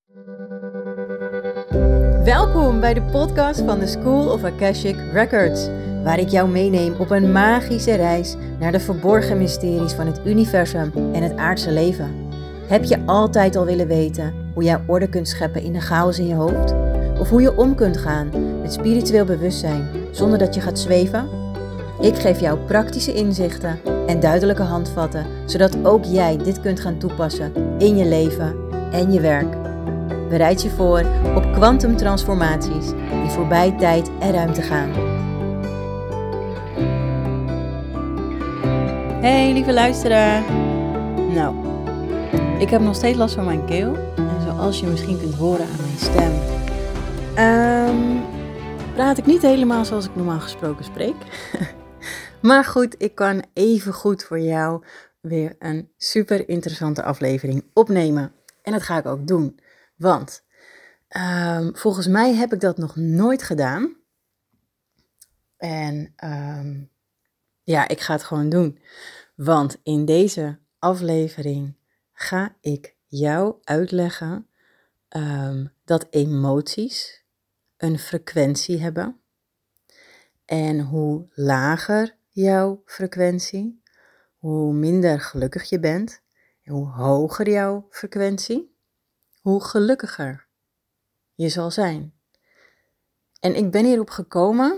Welkom bij de podcast van The School of Akashic Records, waar ik jou meeneem op een magische reis naar de verborgen mysteries van het universum en het aardse leven. Heb je altijd al willen weten hoe jij orde kunt scheppen in de chaos in je hoofd? Of hoe je om kunt gaan met spiritueel bewustzijn zonder dat je gaat zweven? Ik geef jou praktische inzichten en duidelijke handvatten, zodat ook jij dit kunt gaan toepassen in je leven en je werk. Bereid je voor op kwantumtransformaties die voorbij tijd en ruimte gaan. Hey lieve luisteraar. Nou, ik heb nog steeds last van mijn keel. En zoals je misschien kunt horen aan mijn stem, praat ik niet helemaal zoals ik normaal gesproken spreek. Maar goed, ik kan even goed voor jou weer een super interessante aflevering opnemen. En dat ga ik ook doen. Want volgens mij heb ik dat nog nooit gedaan. En ik ga het gewoon doen. Want in deze aflevering ga ik jou uitleggen dat emoties een frequentie hebben. En hoe lager jouw frequentie, hoe minder gelukkig je bent. En hoe hoger jouw frequentie, hoe gelukkiger je zal zijn. En ik ben hierop gekomen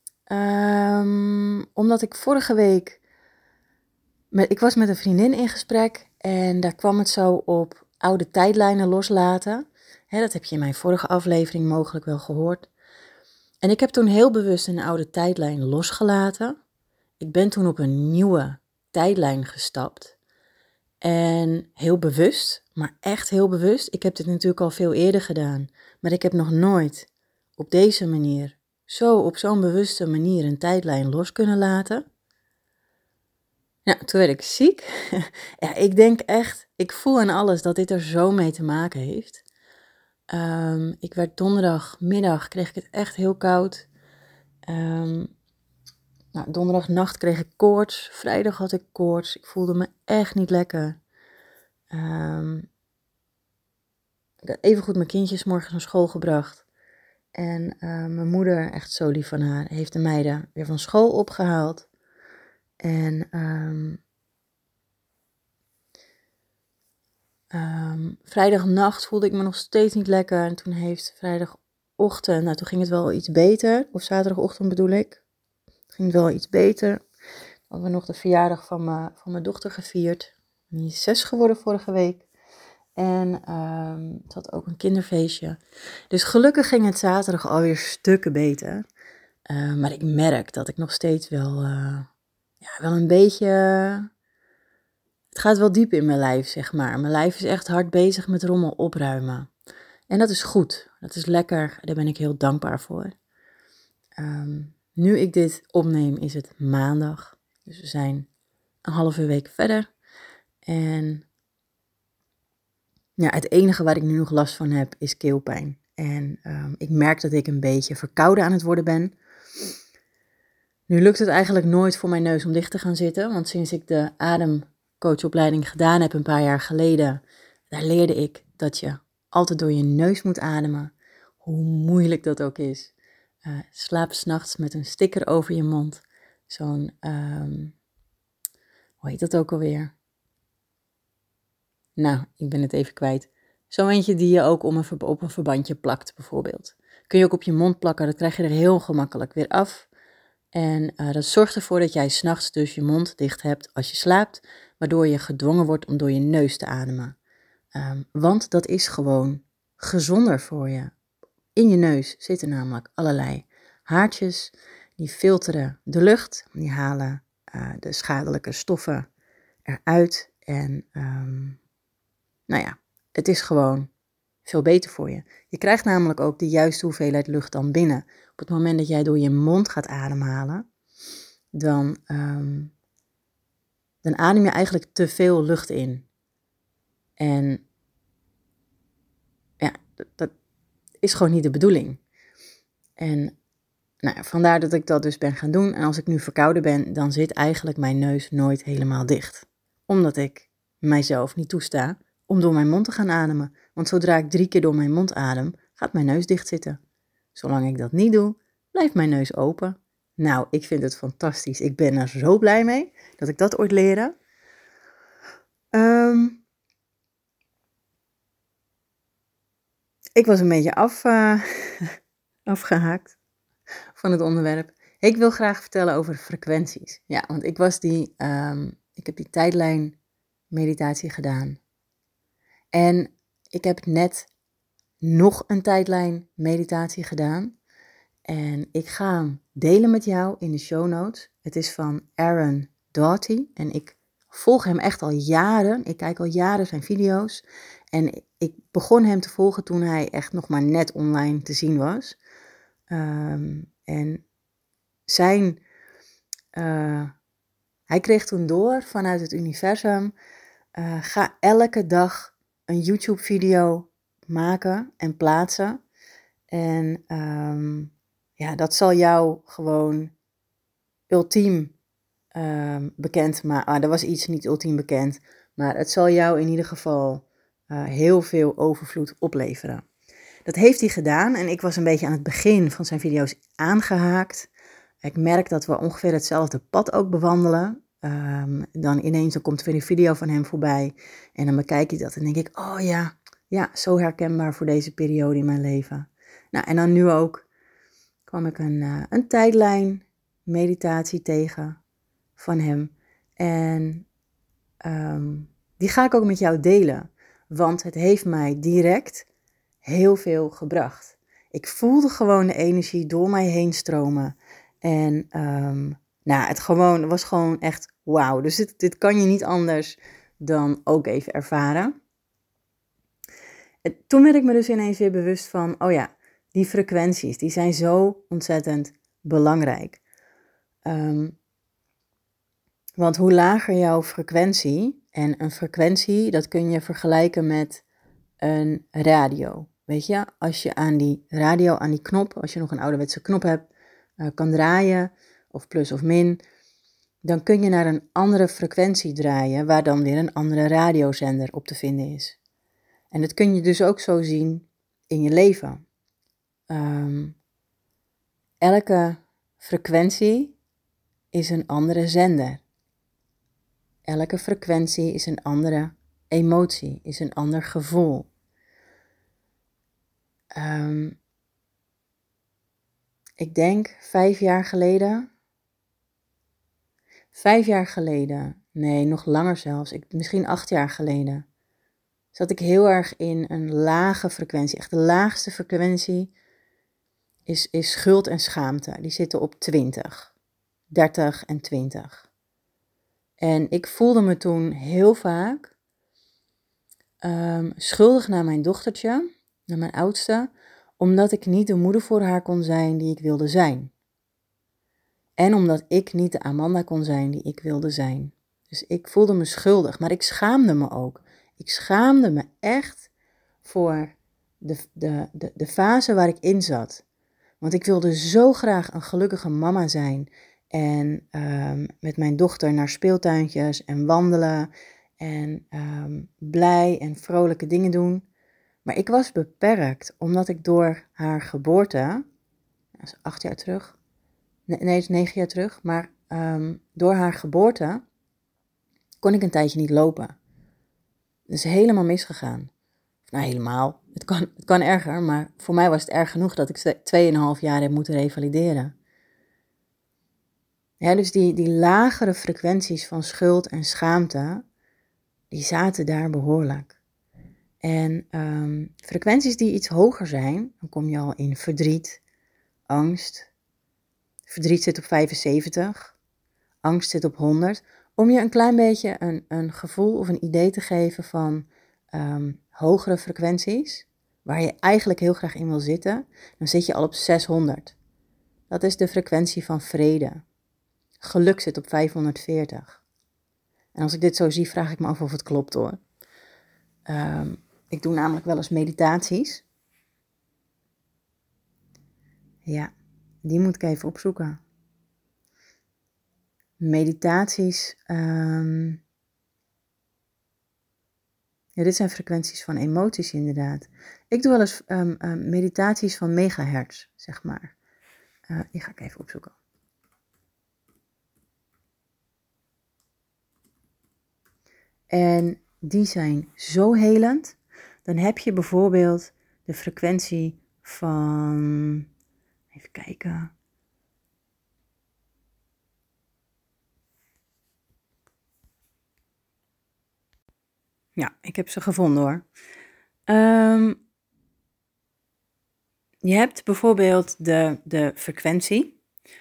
omdat ik vorige week ik was met een vriendin in gesprek en daar kwam het zo op oude tijdlijnen loslaten. Dat heb je in mijn vorige aflevering mogelijk wel gehoord. En ik heb toen heel bewust een oude tijdlijn losgelaten. Ik ben toen op een nieuwe tijdlijn gestapt. En heel bewust, maar echt heel bewust. Ik heb dit natuurlijk al veel eerder gedaan. Maar ik heb nog nooit op deze manier, op zo'n bewuste manier een tijdlijn los kunnen laten. Nou, toen werd ik ziek. Ja, ik denk echt, ik voel aan alles dat dit er zo mee te maken heeft. Ik werd donderdagmiddag, kreeg ik het echt heel koud. Donderdagnacht kreeg ik koorts. Vrijdag had ik koorts. Ik voelde me echt niet lekker. Ik had even goed mijn kindjes morgens naar school gebracht. En mijn moeder, echt zo lief van haar, heeft de meiden weer van school opgehaald. En vrijdagnacht voelde ik me nog steeds niet lekker. En toen heeft vrijdagochtend, toen ging het wel iets beter. Of zaterdagochtend bedoel ik. Ging het wel iets beter. Hadden we nog de verjaardag van mijn dochter gevierd. Die is 6 geworden vorige week. En het had ook een kinderfeestje. Dus gelukkig ging het zaterdag alweer stukken beter. Maar ik merk dat ik nog steeds wel een beetje... Het gaat wel diep in mijn lijf, zeg maar. Mijn lijf is echt hard bezig met rommel opruimen. En dat is goed. Dat is lekker. Daar ben ik heel dankbaar voor. Nu ik dit opneem is het maandag. Dus we zijn een halve week verder. En ja, het enige waar ik nu nog last van heb is keelpijn. En ik merk dat ik een beetje verkouden aan het worden ben. Nu lukt het eigenlijk nooit voor mijn neus om dicht te gaan zitten. Want sinds ik de ademcoachopleiding gedaan heb een paar jaar geleden, daar leerde ik dat je altijd door je neus moet ademen. Hoe moeilijk dat ook is. Slaap 's nachts met een sticker over je mond. Zo'n, hoe heet dat ook alweer? Nou, ik ben het even kwijt. Zo eentje die je ook op een verbandje plakt bijvoorbeeld. Kun je ook op je mond plakken, dat krijg je er heel gemakkelijk weer af. En dat zorgt ervoor dat jij 's nachts dus je mond dicht hebt als je slaapt, waardoor je gedwongen wordt om door je neus te ademen. Want dat is gewoon gezonder voor je. In je neus zitten namelijk allerlei haartjes, die filteren de lucht, die halen de schadelijke stoffen eruit. En het is gewoon veel beter voor je. Je krijgt namelijk ook de juiste hoeveelheid lucht dan binnen. Op het moment dat jij door je mond gaat ademhalen, dan adem je eigenlijk te veel lucht in. En ja, dat is gewoon niet de bedoeling. En vandaar dat ik dat dus ben gaan doen. En als ik nu verkouden ben, dan zit eigenlijk mijn neus nooit helemaal dicht. Omdat ik mijzelf niet toesta om door mijn mond te gaan ademen. Want zodra ik 3 keer door mijn mond adem, gaat mijn neus dicht zitten. Zolang ik dat niet doe, blijft mijn neus open. Nou, ik vind het fantastisch. Ik ben er zo blij mee dat ik dat ooit leerde. Ik was een beetje afgehaakt van het onderwerp. Ik wil graag vertellen over frequenties. Ja, want ik heb die tijdlijn meditatie gedaan. En ik heb net nog een tijdlijn meditatie gedaan. En ik ga hem delen met jou in de show notes. Het is van Aaron Doughty. En ik volg hem echt al jaren. Ik kijk al jaren zijn video's. En ik begon hem te volgen toen hij echt nog maar net online te zien was. En hij kreeg toen door vanuit het universum. Ga elke dag een YouTube video maken en plaatsen. En dat zal jou gewoon ultiem bekend maken. Er was iets niet ultiem bekend. Maar het zal jou in ieder geval heel veel overvloed opleveren. Dat heeft hij gedaan en ik was een beetje aan het begin van zijn video's aangehaakt. Ik merk dat we ongeveer hetzelfde pad ook bewandelen. Dan ineens komt er weer een video van hem voorbij. En dan bekijk je dat en denk ik, oh ja, zo herkenbaar voor deze periode in mijn leven. Nou, en dan nu ook kwam ik een tijdlijn meditatie tegen van hem. En die ga ik ook met jou delen. Want het heeft mij direct heel veel gebracht. Ik voelde gewoon de energie door mij heen stromen. En het was gewoon echt wauw. Dus dit kan je niet anders dan ook even ervaren. Toen werd ik me dus ineens weer bewust van, oh ja, die frequenties, die zijn zo ontzettend belangrijk. Want hoe lager jouw frequentie, en een frequentie, dat kun je vergelijken met een radio. Weet je, als je aan die radio, aan die knop, als je nog een ouderwetse knop hebt, kan draaien, of plus of min, dan kun je naar een andere frequentie draaien, waar dan weer een andere radiozender op te vinden is. En dat kun je dus ook zo zien in je leven. Elke frequentie is een andere zender. Elke frequentie is een andere emotie, is een ander gevoel. Ik denk 5 jaar geleden, nee, nog langer zelfs, misschien 8 jaar geleden, zat ik heel erg in een lage frequentie. Echt de laagste frequentie is schuld en schaamte. Die zitten op 20, 30 en 20. En ik voelde me toen heel vaak schuldig naar mijn dochtertje, naar mijn oudste, omdat ik niet de moeder voor haar kon zijn die ik wilde zijn. En omdat ik niet de Amanda kon zijn die ik wilde zijn. Dus ik voelde me schuldig, maar ik schaamde me ook. Ik schaamde me echt voor de fase waar ik in zat. Want ik wilde zo graag een gelukkige mama zijn. En met mijn dochter naar speeltuintjes en wandelen. En blij en vrolijke dingen doen. Maar ik was beperkt, omdat ik door haar geboorte, dat is 8 jaar terug, nee, het is 9 jaar terug, maar door haar geboorte kon ik een tijdje niet lopen. Dat is helemaal misgegaan. Nou, helemaal. Het kan erger, maar voor mij was het erg genoeg dat ik 2,5 jaar heb moeten revalideren. Ja, dus die lagere frequenties van schuld en schaamte, die zaten daar behoorlijk. En frequenties die iets hoger zijn, dan kom je al in verdriet, angst. Verdriet zit op 75, angst zit op 100. Om je een klein beetje een gevoel of een idee te geven van hogere frequenties, waar je eigenlijk heel graag in wil zitten, dan zit je al op 600. Dat is de frequentie van vrede. Geluk zit op 540. En als ik dit zo zie, vraag ik me af of het klopt hoor. Ik doe namelijk wel eens meditaties. Ja, die moet ik even opzoeken. Meditaties Ja, dit zijn frequenties van emoties inderdaad. Ik doe wel eens meditaties van megahertz, zeg maar. Die ga ik even opzoeken. En die zijn zo helend. Dan heb je bijvoorbeeld de frequentie van... Even kijken. Ja, ik heb ze gevonden hoor. Je hebt bijvoorbeeld de frequentie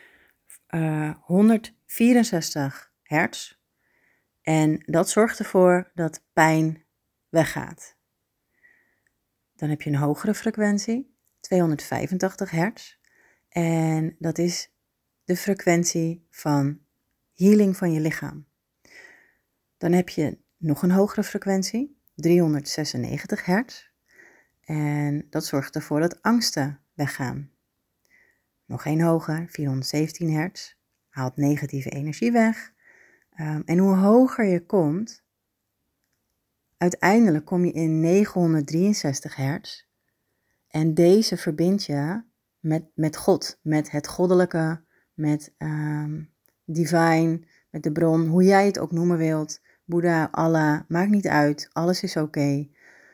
164 hertz. En dat zorgt ervoor dat pijn weggaat. Dan heb je een hogere frequentie, 285 hertz. En dat is de frequentie van healing van je lichaam. Dan heb je nog een hogere frequentie, 396 hertz. En dat zorgt ervoor dat angsten weggaan. Nog één hoger, 417 hertz, haalt negatieve energie weg. En hoe hoger je komt, uiteindelijk kom je in 963 hertz. En deze verbind je met God, met het goddelijke, met divine, met de bron, hoe jij het ook noemen wilt. Boeddha, Allah, maakt niet uit, alles is oké.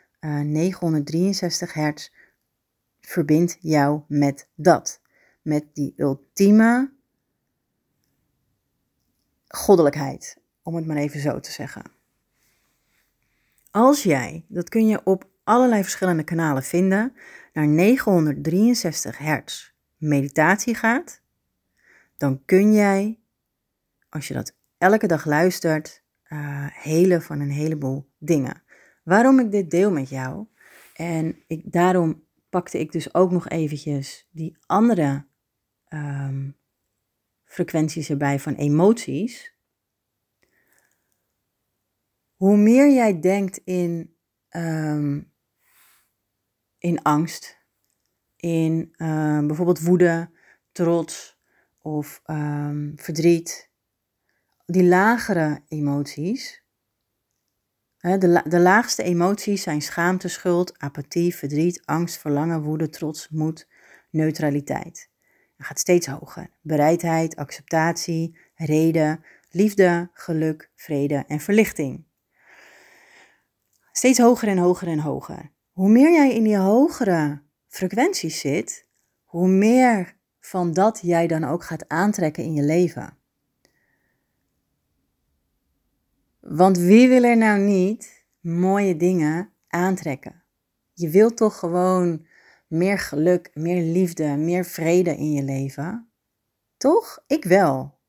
963 hertz verbindt jou met dat. Met die ultieme goddelijkheid, om het maar even zo te zeggen. Als jij, dat kun je op allerlei verschillende kanalen vinden, naar 963 hertz meditatie gaat, dan kun jij, als je dat elke dag luistert, helen van een heleboel dingen. Waarom ik dit deel met jou, en daarom pakte ik dus ook nog eventjes die andere frequenties erbij van emoties. Hoe meer jij denkt in angst, in bijvoorbeeld woede, trots of verdriet, die lagere emoties, de laagste emoties zijn schaamte, schuld, apathie, verdriet, angst, verlangen, woede, trots, moed, neutraliteit. Het gaat steeds hoger. Bereidheid, acceptatie, reden, liefde, geluk, vrede en verlichting. Steeds hoger en hoger en hoger. Hoe meer jij in die hogere frequenties zit, hoe meer van dat jij dan ook gaat aantrekken in je leven. Want wie wil er nou niet mooie dingen aantrekken? Je wilt toch gewoon meer geluk, meer liefde, meer vrede in je leven? Toch? Ik wel.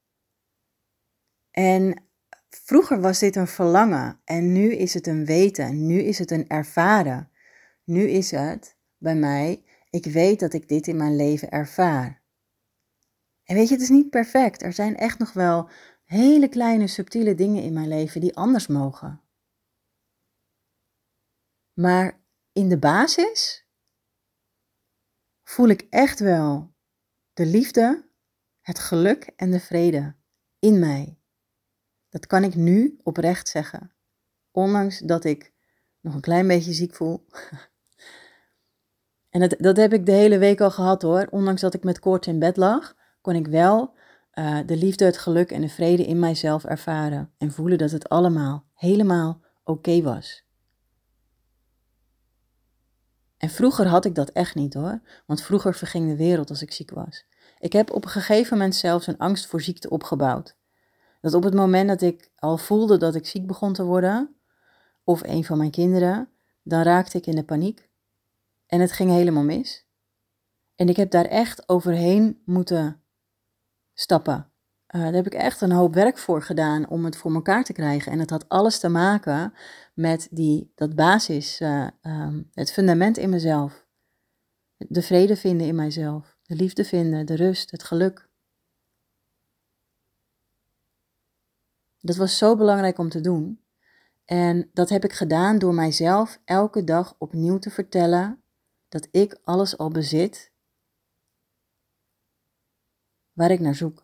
En vroeger was dit een verlangen en nu is het een weten, nu is het een ervaren. Nu is het bij mij, ik weet dat ik dit in mijn leven ervaar. En weet je, het is niet perfect. Er zijn echt nog wel hele kleine subtiele dingen in mijn leven die anders mogen. Maar in de basis voel ik echt wel de liefde, het geluk en de vrede in mij. Dat kan ik nu oprecht zeggen. Ondanks dat ik nog een klein beetje ziek voel. En dat heb ik de hele week al gehad hoor. Ondanks dat ik met koorts in bed lag, kon ik wel de liefde, het geluk en de vrede in mijzelf ervaren. En voelen dat het allemaal helemaal oké was. En vroeger had ik dat echt niet hoor. Want vroeger verging de wereld als ik ziek was. Ik heb op een gegeven moment zelfs een angst voor ziekte opgebouwd. Dat op het moment dat ik al voelde dat ik ziek begon te worden, of een van mijn kinderen, dan raakte ik in de paniek. En het ging helemaal mis. En ik heb daar echt overheen moeten stappen. Daar heb ik echt een hoop werk voor gedaan om het voor elkaar te krijgen. En het had alles te maken met dat basis, het fundament in mezelf. De vrede vinden in mijzelf. De liefde vinden, de rust, het geluk. Dat was zo belangrijk om te doen. En dat heb ik gedaan door mijzelf elke dag opnieuw te vertellen dat ik alles al bezit waar ik naar zoek.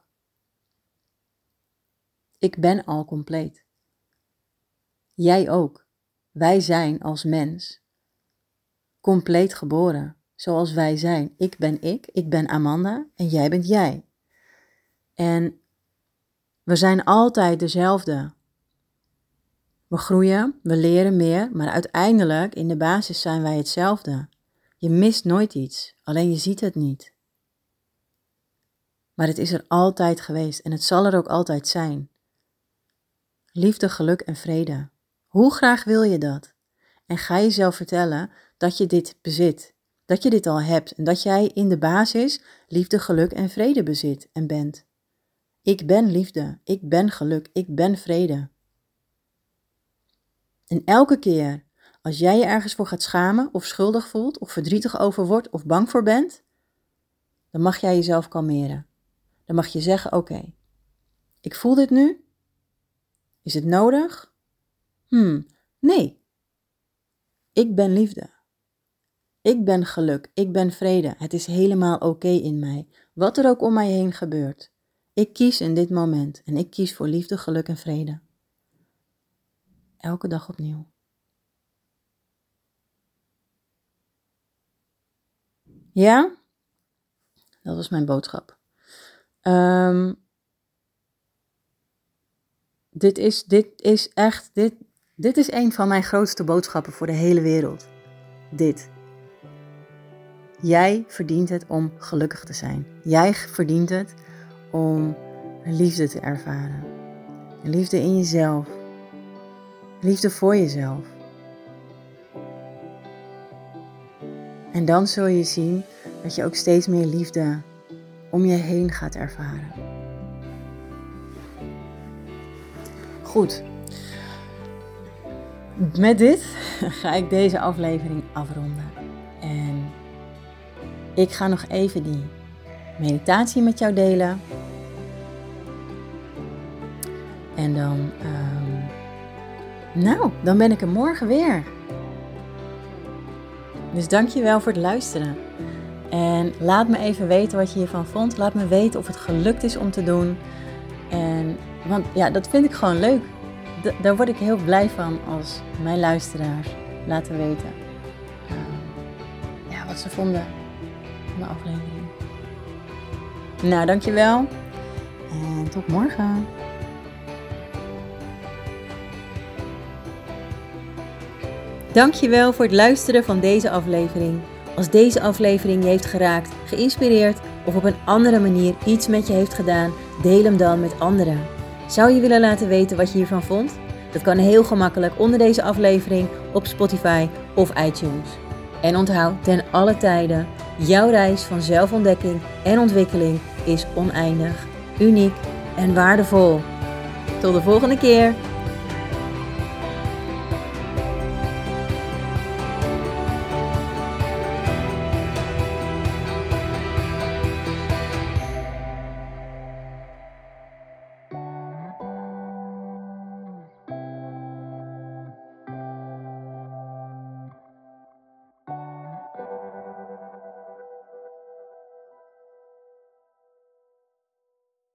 Ik ben al compleet. Jij ook. Wij zijn als mens compleet geboren, zoals wij zijn. Ik ben Amanda en jij bent jij. En we zijn altijd dezelfde. We groeien, we leren meer, maar uiteindelijk in de basis zijn wij hetzelfde. Je mist nooit iets, alleen je ziet het niet. Maar het is er altijd geweest en het zal er ook altijd zijn. Liefde, geluk en vrede. Hoe graag wil je dat? En ga jezelf vertellen dat je dit bezit, dat je dit al hebt en dat jij in de basis liefde, geluk en vrede bezit en bent. Ik ben liefde, ik ben geluk, ik ben vrede. En elke keer als jij je ergens voor gaat schamen of schuldig voelt of verdrietig over wordt of bang voor bent, dan mag jij jezelf kalmeren. Dan mag je zeggen, oké, ik voel dit nu. Is het nodig? Nee. Ik ben liefde. Ik ben geluk. Ik ben vrede. Het is helemaal oké in mij. Wat er ook om mij heen gebeurt. Ik kies in dit moment en ik kies voor liefde, geluk en vrede. Elke dag opnieuw. Ja? Dat was mijn boodschap. Dit is een van mijn grootste boodschappen voor de hele wereld. Dit. Jij verdient het om gelukkig te zijn. Jij verdient het om liefde te ervaren. Liefde in jezelf. Liefde voor jezelf. En dan zul je zien dat je ook steeds meer liefde om je heen gaat ervaren. Goed. Met dit ga ik deze aflevering afronden. En ik ga nog even die meditatie met jou delen. En dan ben ik er morgen weer. Dus dankjewel voor het luisteren. En laat me even weten wat je hiervan vond. Laat me weten of het gelukt is om te doen. Want ja, dat vind ik gewoon leuk. Daar word ik heel blij van als mijn luisteraars laten weten wat ze vonden van de aflevering. Nou, dankjewel. En tot morgen. Dankjewel voor het luisteren van deze aflevering. Als deze aflevering je heeft geraakt, geïnspireerd of op een andere manier iets met je heeft gedaan, deel hem dan met anderen. Zou je willen laten weten wat je hiervan vond? Dat kan heel gemakkelijk onder deze aflevering op Spotify of iTunes. En onthoud ten alle tijden, jouw reis van zelfontdekking en ontwikkeling is oneindig, uniek en waardevol. Tot de volgende keer!